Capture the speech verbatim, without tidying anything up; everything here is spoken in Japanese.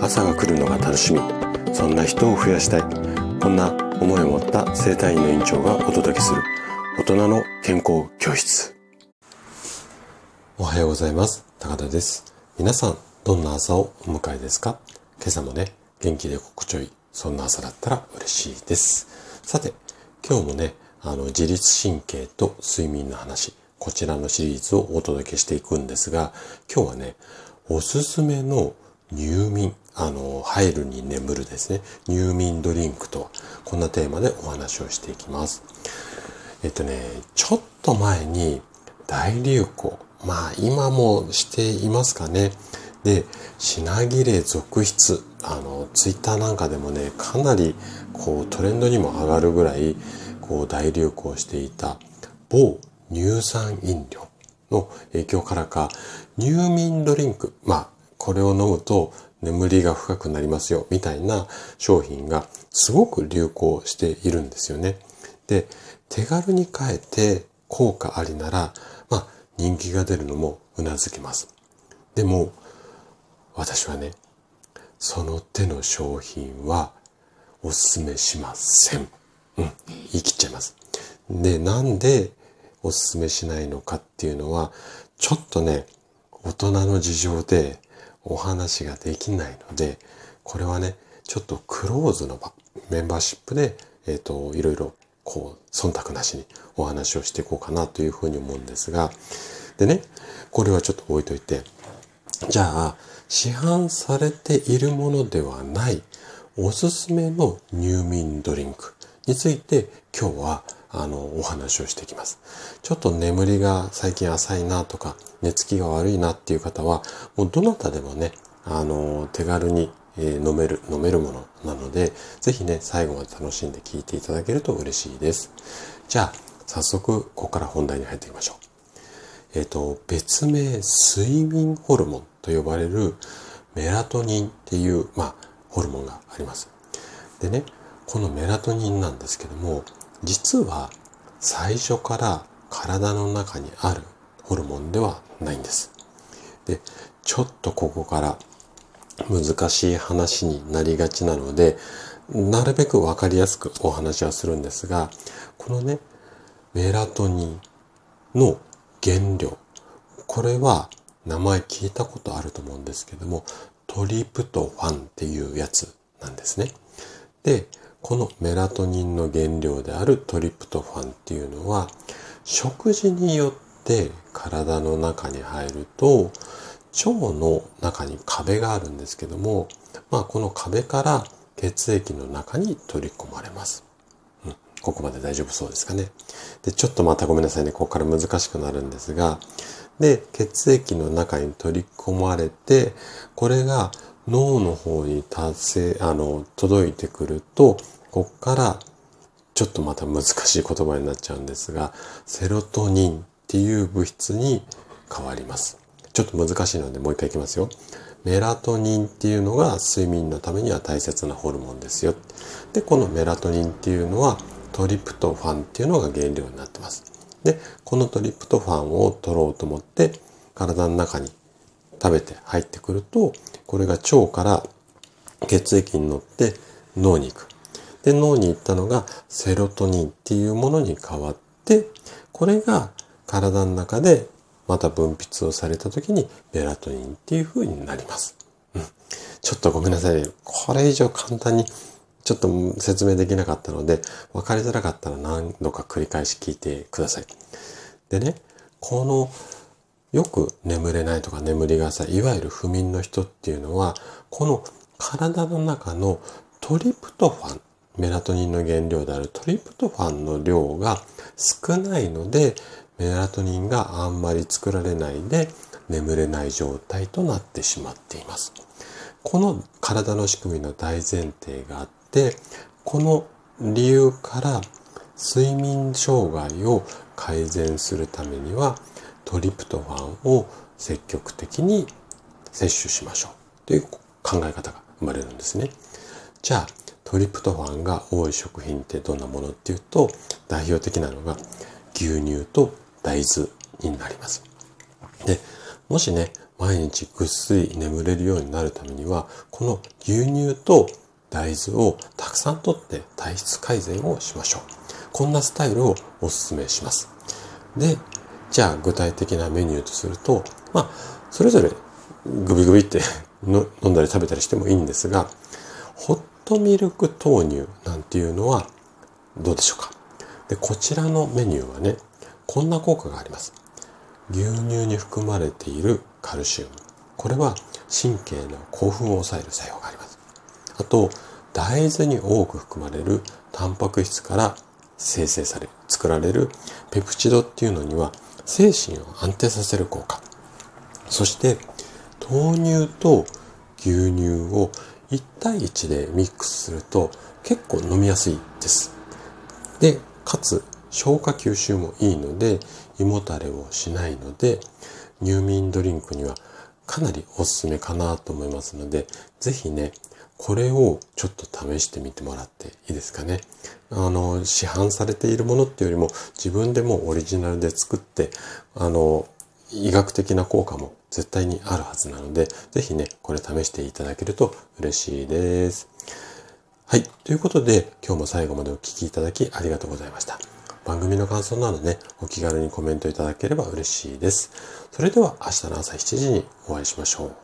朝が来るのが楽しみ、そんな人を増やしたい、こんな思いを持った整体院の院長がお届けする大人の健康教室。おはようございます。高田です。皆さんどんな朝をお迎えですか？今朝もね、元気で心地よい、そんな朝だったら嬉しいです。さて、今日もね、あの自律神経と睡眠の話、こちらのシリーズをお届けしていくんですが、今日はね、おすすめの入眠、あの入るに眠るですね、入眠ドリンクとは、こんなテーマでお話をしていきます。えっとね、ちょっと前に大流行、まあ今もしていますかね。で、品切れ続出、あのツイッターなんかでもね、かなりこうトレンドにも上がるぐらいこう大流行していた某乳酸飲料の影響からか、入眠ドリンク、まあこれを飲むと眠りが深くなりますよみたいな商品がすごく流行しているんですよね。で、手軽に買えて効果ありなら、まあ人気が出るのもうなずけます。でも私はね、その手の商品はおすすめしません。うん、言い切っちゃいます。で、なんでおすすめしないのかっていうのは、ちょっとね、大人の事情でお話ができないので、これはね、ちょっとクローズの場、メンバーシップで、えっと、いろいろ、こう、忖度なしにお話をしていこうかなというふうに思うんですが、でね、これはちょっと置いといて、じゃあ、市販されているものではないおすすめの入眠ドリンクについて今日はあのお話をしていきます。ちょっと眠りが最近浅いなとか寝つきが悪いなっていう方は、もうどなたでもね、あの手軽に飲める飲めるものなので、ぜひね最後まで楽しんで聞いていただけると嬉しいです。じゃあ早速ここから本題に入っていきましょう。えっと別名睡眠ホルモンと呼ばれるメラトニンっていう、まあ、ホルモンがあります。でね、このメラトニンなんですけども、実は最初から体の中にあるホルモンではないんです。で、ちょっとここから難しい話になりがちなので、なるべくわかりやすくお話はするんですが、このね、メラトニンの原料、これは名前聞いたことあると思うんですけども、トリプトファンっていうやつなんですね。で、このメラトニンの原料であるトリプトファンっていうのは、食事によって体の中に入ると、腸の中に壁があるんですけども、まあこの壁から血液の中に取り込まれます。うん、ここまで大丈夫そうですかね。で、ちょっとまたごめんなさいね、ここから難しくなるんですが、で、血液の中に取り込まれて、これが脳の方に達成、あの、届いてくると、こっから、ちょっとまた難しい言葉になっちゃうんですが、セロトニンっていう物質に変わります。ちょっと難しいのでもう一回いきますよ。メラトニンっていうのが睡眠のためには大切なホルモンですよ。で、このメラトニンっていうのはトリプトファンっていうのが原料になってます。で、このトリプトファンを取ろうと思って体の中に食べて入ってくると、これが腸から血液に乗って脳に行く。で、脳に行ったのがセロトニンっていうものに変わって、これが体の中でまた分泌をされた時にメラトニンっていう風になります。うん、ちょっとごめんなさい。これ以上簡単にちょっと説明できなかったので、分かりづらかったら何度か繰り返し聞いてください。でね、このよく眠れないとか眠りが浅い、いわゆる不眠の人っていうのは、この体の中のトリプトファン、メラトニンの原料であるトリプトファンの量が少ないので、メラトニンがあんまり作られないで眠れない状態となってしまっています。この体の仕組みの大前提があって、この理由から睡眠障害を改善するためにはトリプトファンを積極的に摂取しましょうという考え方が生まれるんですね。じゃあトリプトファンが多い食品ってどんなものっていうと、代表的なのが牛乳と大豆になります。で、 もしね、毎日ぐっすり眠れるようになるためには、この牛乳と大豆をたくさんとって体質改善をしましょう。こんなスタイルをお勧めします。で、じゃあ具体的なメニューとすると、まあ、それぞれグビグビって飲んだり食べたりしてもいいんですが、ホットミルク豆乳なんていうのはどうでしょうか。で、こちらのメニューはね、こんな効果があります。牛乳に含まれているカルシウム。これは神経の興奮を抑える作用があります。あと、大豆に多く含まれるタンパク質から生成される、作られるペプチドっていうのには精神を安定させる効果。そして、豆乳と牛乳をいち対いちでミックスすると結構飲みやすいです。で、かつ消化吸収もいいので胃もたれをしないので入眠ドリンクにはかなりおすすめかなと思いますので、ぜひね、これをちょっと試してみてもらっていいですかね。あの、市販されているものっていうよりも自分でもオリジナルで作って、あの、医学的な効果も絶対にあるはずなので、ぜひね、これ試していただけると嬉しいです。はい。ということで、今日も最後までお聞きいただきありがとうございました。番組の感想などね、お気軽にコメントいただければ嬉しいです。それでは明日の朝しちじにお会いしましょう。